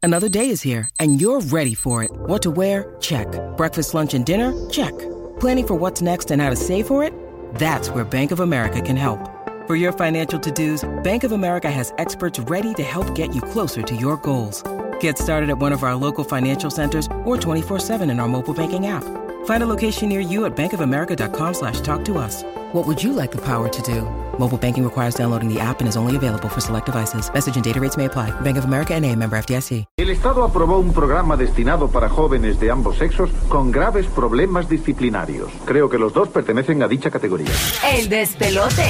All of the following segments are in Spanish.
Another day is here, and you're ready for it. What to wear? Check. Breakfast, lunch, and dinner? Check. Planning for what's next and how to save for it? That's where Bank of America can help. For your financial to-dos, Bank of America has experts ready to help get you closer to your goals. Get started at one of our local financial centers or 24/7 in our mobile banking app. Find a location near you at bankofamerica.com/talktous. What would you like the power to do? Mobile banking requires downloading the app and is only available for select devices. Message and data rates may apply. Bank of America N.A., member FDIC. El Estado aprobó un programa destinado para jóvenes de ambos sexos con graves problemas disciplinarios. Creo que los dos pertenecen a dicha categoría. El despelote.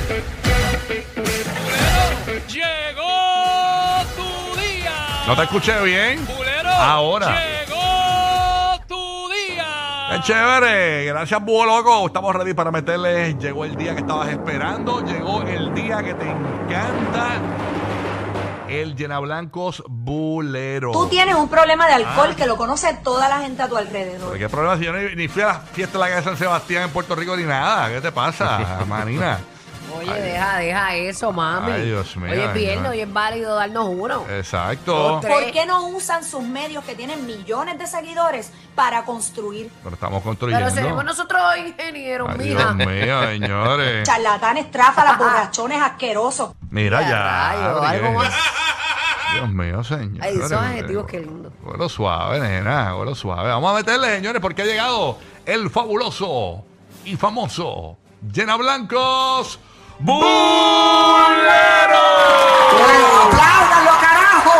Llegó tu día. ¿No te escuché bien? Bulero, Ahora. llegó tu día. ¡Qué chévere! Gracias, Búho Loco. Estamos ready para meterle. Llegó el día que estabas esperando. Llegó el día que te encanta. El Llenablancos Bulero. Tú tienes un problema de alcohol que lo conoce toda la gente a tu alrededor. ¿Pero qué problema si yo ni fui a la fiesta de la calle San Sebastián en Puerto Rico ni nada? ¿Qué te pasa, manina? Oye, deja eso, mami. Ay, Dios mío. Hoy es viernes, no. hoy es válido darnos uno. Exacto. ¿Por qué no usan sus medios que tienen millones de seguidores para construir? Pero estamos construyendo. Pero seremos nosotros ingenieros, Ay, mija. Dios mío, señores. Charlatanes, tráfalas, borrachones asquerosos. Mira ya. Rayos, algo más. Dios mío, señor. Ay, esos adjetivos, qué lindo. Vuelo suave, nena, vuelo suave. Vamos a meterle, señores, porque ha llegado el fabuloso y famoso Llenablancos Bulero. ¡Apláudanlo, carajo!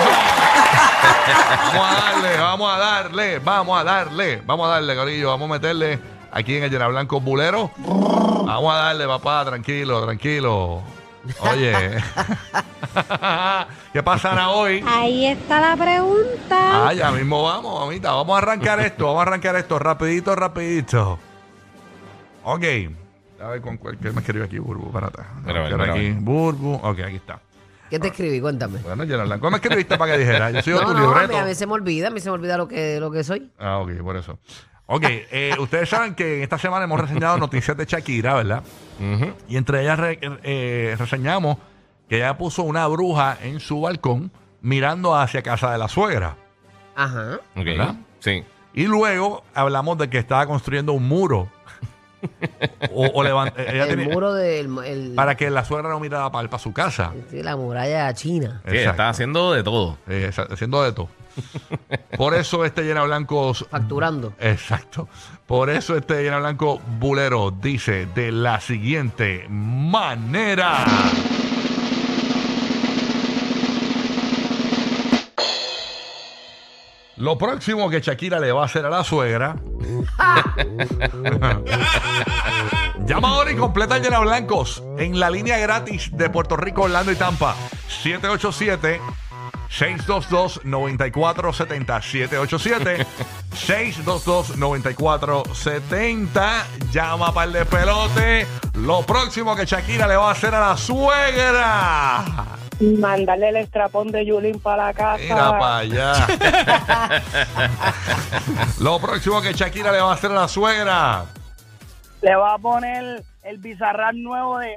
Vamos a darle, Corillo. Vamos a meterle aquí en el Llenablancos Bulero. Vamos a darle, papá, tranquilo. Oye, ¿qué pasará hoy? Ahí está la pregunta. Ah, ya mismo vamos, mamita. Vamos a arrancar esto rapidito. Ok. A ver con cuál que me escribió aquí, Burbu. Espérate. Aquí, Burbu. Ok, aquí está. ¿Qué te escribí? Cuéntame. Bueno, Llenablanco, ¿cómo me escribiste para que dijera? Yo soy tu No, libreto. a mí se me olvida lo que soy. Ah, ok, por eso. Ok, ustedes saben que esta semana hemos reseñado noticias de Shakira, ¿verdad? Y entre ellas reseñamos que ella puso una bruja en su balcón mirando hacia casa de la suegra. Ajá. Ok. ¿Verdad? Sí. Y luego hablamos de que estaba construyendo un muro. Ella El tenía- muro del... para que la suegra no mirara para su casa. Sí, la muralla china. Sí, está haciendo de todo. Haciendo de todo. Por eso Llenablancos Facturando. Exacto. Por eso Llenablanco Bulero dice de la siguiente manera. Lo próximo que Shakira le va a hacer a la suegra. Llama ahora y completa el Llenablancos en la línea gratis de Puerto Rico, Orlando y Tampa. 787-622-9470. 787-622-9470. Llama para el despelote. Lo próximo que Shakira le va a hacer a la suegra. Mandarle el estrapón de Yulín para la casa. Mira para allá. Lo próximo que Shakira le va a hacer a la suegra. Le va a poner el bizarrap nuevo de...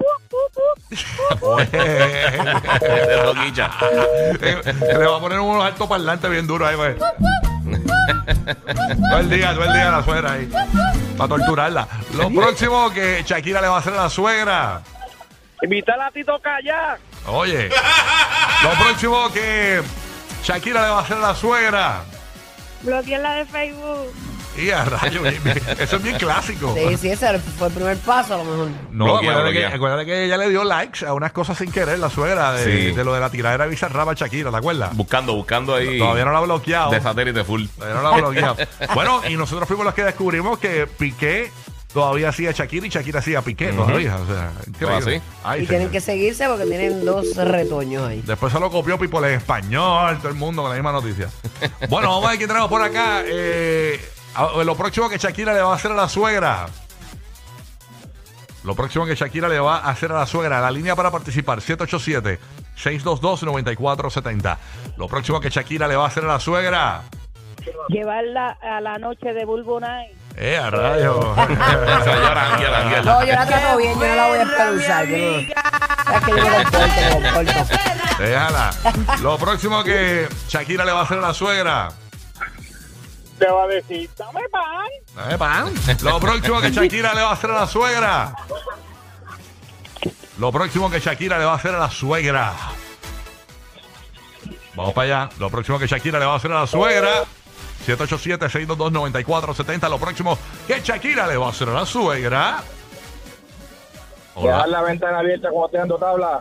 De Roquilla. Le va a poner unos altoparlantes bien duros ahí, pues. Todo el día a la suegra ahí. Para torturarla. Lo próximo que Shakira le va a hacer a la suegra. Invitar a Tito Kayak. Oye. Lo próximo que Shakira le va a hacer a la suegra. Bloquearla de Facebook. Y a rayos, eso es bien clásico. Sí, ese fue el primer paso a lo mejor. No, Bloquea. acuérdate que ella le dio likes a unas cosas sin querer, la suegra, de lo de la tiradera de Bizarrap a Shakira, ¿te acuerdas? Buscando ahí. Todavía no la ha bloqueado. De satélite full. Todavía no la ha bloqueado. Bueno, y nosotros fuimos los que descubrimos que Piqué todavía hacía Shakira y Shakira hacía Piqué todavía. O sea, increíble. Ay, Y tienen señor. que seguirse porque tienen dos retoños ahí. Después se lo copió People en español, todo el mundo con la misma noticia. Bueno, vamos a ver quién tenemos por acá. Lo próximo que Shakira le va a hacer a la suegra. Lo próximo que Shakira le va a hacer a la suegra. La línea para participar, 787-622-9470. Lo próximo que Shakira le va a hacer a la suegra. Llevarla a la noche de Bulbo Night. A rayos. No, yo la trato bien, yo no la voy a espeluzar. Es que yo me comporto. Déjala. Lo próximo que Shakira le va a hacer a la suegra. Te va a decir, dame pan. Dame pan. Lo próximo que Shakira le va a hacer a la suegra. Lo próximo que Shakira le va a hacer a la suegra. Vamos para allá. Lo próximo que Shakira le va a hacer a la suegra. 787-622-9470. Lo próximo que Shakira le va a hacer a la suegra. Dejar la ventana abierta cuando esté dando tabla.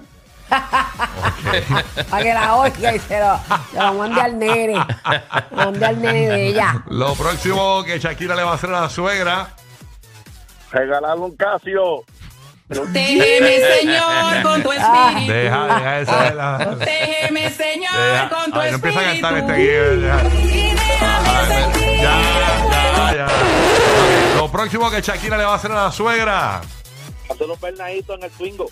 Para que la oiga y se lo mande al nene. Lo mande al nene de ella. Lo próximo que Shakira le va a hacer a la suegra. Regalarle un Casio. Protégeme, Señor, con tu espíritu. Deja esa de la. Protégeme, Señor, con tu Ay, no empieza a espíritu. cantar este aquí. Y déjame sentir. Ya. Lo próximo que Shakira le va a hacer a la suegra. Hacer un pernadito en el Twingo.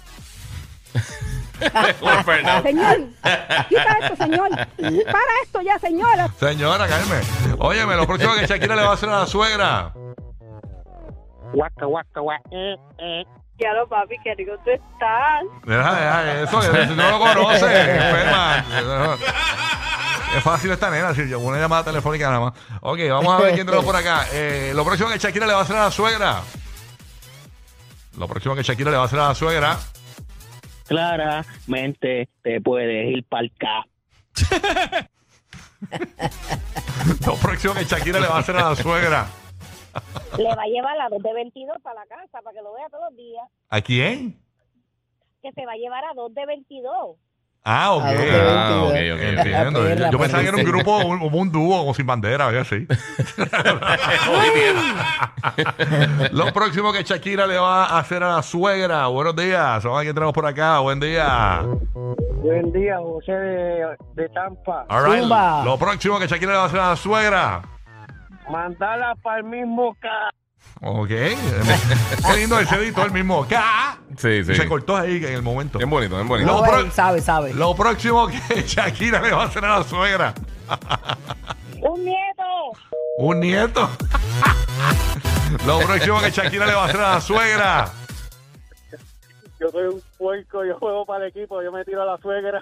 Señor, quita esto, señor. Para esto ya, señora. Señora, cálmeme. Óyeme, lo próximo que Shakira le va a hacer a la suegra. Guaca, guaca, guaca. Claro, papi, qué rico tú estás. Deja eso, si no lo conoces, enferma. Es fácil esta nena, si yo una llamada telefónica nada más. Ok, vamos a ver quién tenemos por acá. Lo próximo que Shakira le va a hacer a la suegra. Lo próximo que Shakira le va a hacer a la suegra. Claramente te puedes ir para el K. Lo próximo que Shakira le va a hacer a la suegra. Le va a llevar a 2 de 22 para la casa, para que lo vea todos los días. ¿A quién? Que se va a llevar a 2 de 22. Ah, ok. ok. Entiendo. La Yo pensaba que era un perra. grupo, un dúo como sin bandera, algo así. Lo próximo que Shakira le va a hacer a la suegra. Buenos días. Vamos a ver quién tenemos por acá. Buen día. Buen día, José de Tampa. All right. Zumba. Lo próximo que Shakira le va a hacer a la suegra. Mandala para el mismo K. Ok. Qué lindo ese editó el mismo. ¡Ca! Sí, sí. Se cortó ahí en el momento. Bien bonito, bien bonito. Lo No, pro- él sabe. Lo próximo que Shakira le va a hacer a la suegra. ¡Un nieto! Un nieto. Lo próximo que Shakira le va a hacer a la suegra. Yo soy un puerco, yo juego para el equipo, yo me tiro a la suegra.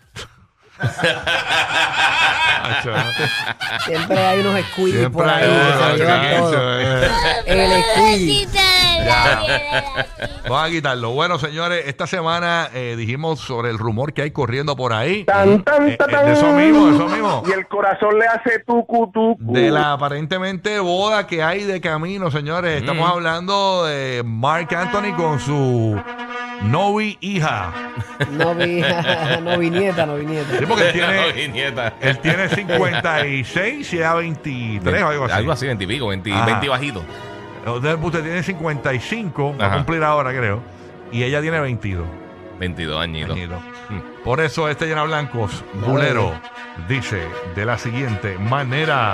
Siempre hay unos squeeze por Siempre ahí. hay que se uno, lo llevan todo. El squeeze. Vamos a quitarlo. Bueno, señores, esta semana dijimos sobre el rumor que hay corriendo por ahí. Tan, tan, De tan. eso mismo. Y el corazón le hace tucu, tucu. De la aparentemente boda que hay de camino, señores. Estamos hablando de Marc Anthony con su hija. No vi nieta. Sí, porque él No, tiene, nieta. él tiene 56 y ella 23 o algo así. Algo así, 20 y pico, 20 Ajá. bajito. Usted tiene 55, va a Ajá. cumplir ahora, creo. Y ella tiene 22 22 añitos. añitos. Por eso este Llena Blancos, Bulero, dice de la siguiente manera.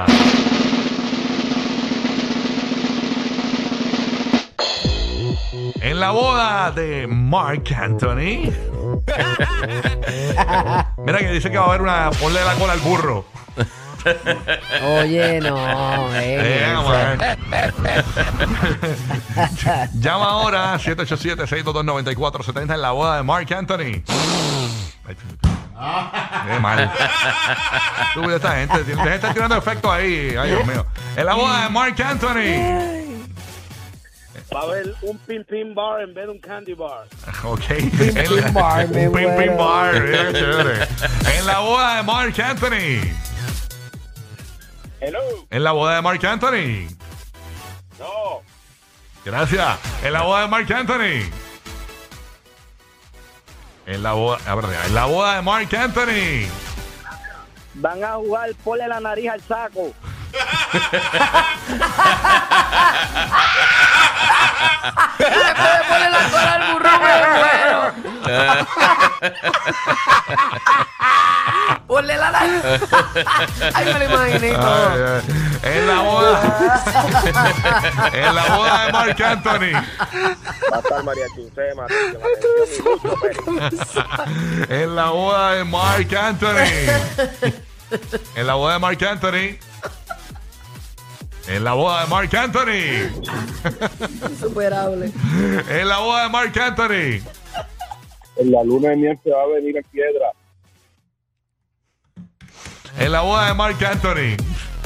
En la boda de Marc Anthony. Mira que dice que va a haber una. Ponle la cola al burro. Oye, no. Man. Llama ahora 787-622-9470 en la boda de Marc Anthony. Qué mal. Tú ves esta gente. Deja de estar tirando efectos ahí. Ay, Dios mío. En la boda de Marc Anthony. Va a haber un pin bar en vez de un candy bar. Ok. Pin bar, me Un pin muero. bar. Mira qué chévere. En la boda de Marc Anthony. Hello. En la boda de Marc Anthony. No. Gracias. En la boda de Marc Anthony. En la boda de Marc Anthony. Van a jugar, ponle la nariz al saco. Después de poner la cola al burro, me muero. Ponle la nariz. Ay, me lo imaginé y todo. Ay, ay. En la boda de Marc Anthony. Va a estar María Chusema, atención, y Lucho Pérez. En la boda de Marc Anthony. En la boda de Marc Anthony. En la boda de Marc Anthony. Insuperable. En la boda de Marc Anthony. En la luna de miel se va a venir en piedra. En la boda de Marc Anthony.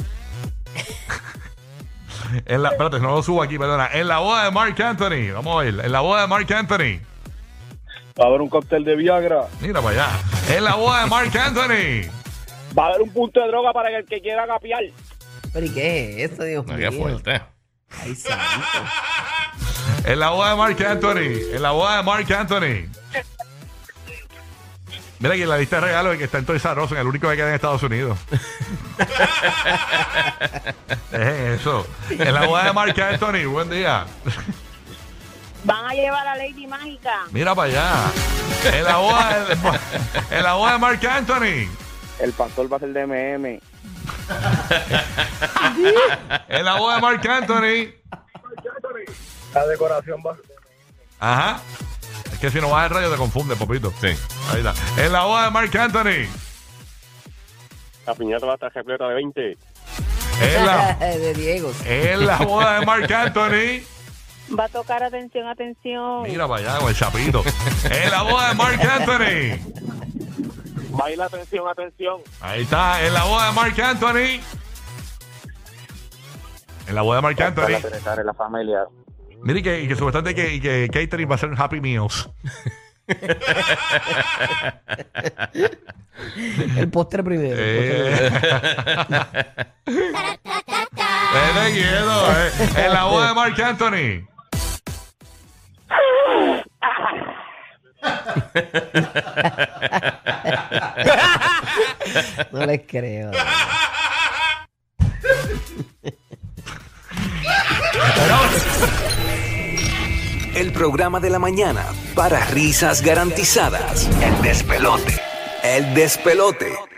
Espérate, no lo subo aquí, perdona. En la boda de Marc Anthony. Vamos a ver. En la boda de Marc Anthony. Va a haber un cóctel de Viagra. Mira para allá. En la boda de Marc Anthony. Va a haber un punto de droga para el que quiera capiar. ¿Pero y qué es eso, Dios mío? Qué fuerte. Ay, santo. En la boda de Marc Anthony. En la boda de Marc Anthony. Mira aquí en la lista de regalos que está en Toys R Us, el único que queda en Estados Unidos. Eso. En la boda de Marc Anthony. Buen día. Van a llevar a Lady Mágica. Mira para allá. En la boda de Marc Anthony. El pastor va a ser de MM. En la boda de Marc Anthony. La decoración va a ser... Ajá. Es que si no vas al radio te confunde, papito. Sí. Ahí está. En la boda de Marc Anthony. La piñata va a estar repleta de 20. De Diego. En la boda de Marc Anthony. Va a tocar atención, atención. Mira para allá con el chapito. En la boda de Marc Anthony. Baila, atención, atención. Ahí está. En la boda de Marc Anthony. En la boda de Marc Anthony. En la familia. Mira y que supuestamente que catering va a ser Happy Meals. El postre primero. Vete quieto, En la boda de Marc Anthony. No les creo. El programa de la mañana para risas garantizadas. El despelote. El despelote.